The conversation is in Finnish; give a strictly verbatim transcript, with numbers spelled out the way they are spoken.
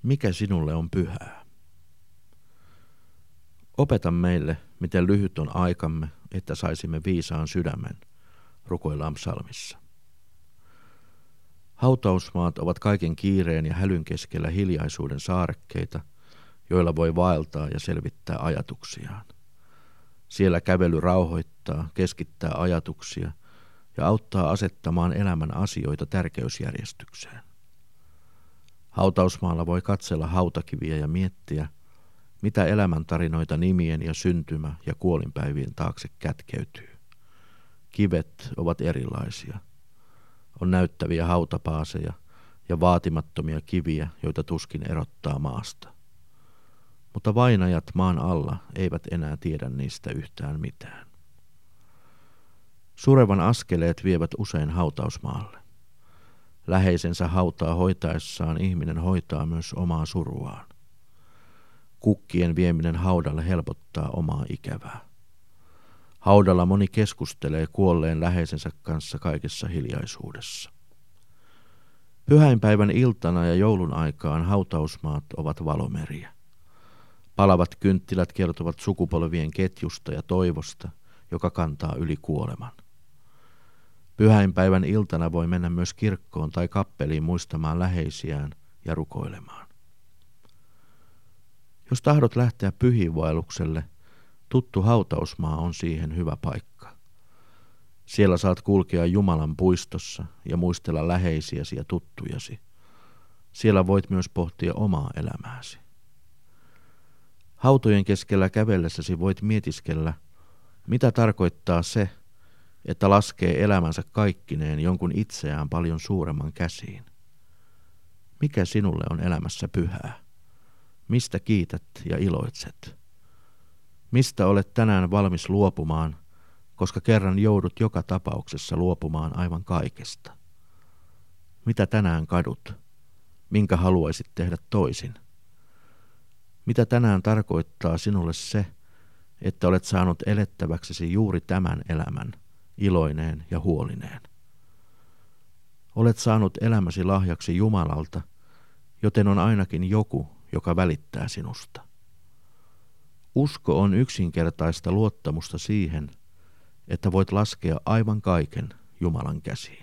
Mikä sinulle on pyhää? Opeta meille, miten lyhyt on aikamme, että saisimme viisaan sydämen, rukoillaan psalmissa. Hautausmaat ovat kaiken kiireen ja hälyn keskellä hiljaisuuden saarekkeita, joilla voi vaeltaa ja selvittää ajatuksiaan. Siellä kävely rauhoittaa, keskittää ajatuksia ja auttaa asettamaan elämän asioita tärkeysjärjestykseen. Hautausmaalla voi katsella hautakiviä ja miettiä, mitä elämäntarinoita nimien ja syntymä- ja kuolinpäivien taakse kätkeytyy. Kivet ovat erilaisia. On näyttäviä hautapaaseja ja vaatimattomia kiviä, joita tuskin erottaa maasta. Mutta vainajat maan alla eivät enää tiedä niistä yhtään mitään. Surevan askeleet vievät usein hautausmaalle. Läheisensä hautaa hoitaessaan ihminen hoitaa myös omaa suruaan. Kukkien vieminen haudalle helpottaa omaa ikävää. Haudalla moni keskustelee kuolleen läheisensä kanssa kaikessa hiljaisuudessa. Pyhäinpäivän iltana ja joulun aikaan hautausmaat ovat valomeriä. Palavat kynttilät kertovat sukupolvien ketjusta ja toivosta, joka kantaa yli kuoleman. Pyhäinpäivän iltana voi mennä myös kirkkoon tai kappeliin muistamaan läheisiään ja rukoilemaan. Jos tahdot lähteä pyhiinvaellukselle, tuttu hautausmaa on siihen hyvä paikka. Siellä saat kulkea Jumalan puistossa ja muistella läheisiäsi ja tuttujasi. Siellä voit myös pohtia omaa elämääsi. Hautojen keskellä kävellessäsi voit mietiskellä, mitä tarkoittaa se, että laskee elämänsä kaikkineen jonkun itseään paljon suuremman käsiin. Mikä sinulle on elämässä pyhää? Mistä kiität ja iloitset? Mistä olet tänään valmis luopumaan, koska kerran joudut joka tapauksessa luopumaan aivan kaikesta? Mitä tänään kadut? Minkä haluaisit tehdä toisin? Mitä tänään tarkoittaa sinulle se, että olet saanut elettäväksesi juuri tämän elämän, iloineen ja huolineen? Olet saanut elämäsi lahjaksi Jumalalta, joten on ainakin joku, joka välittää sinusta. Usko on yksinkertaista luottamusta siihen, että voit laskea aivan kaiken Jumalan käsiin.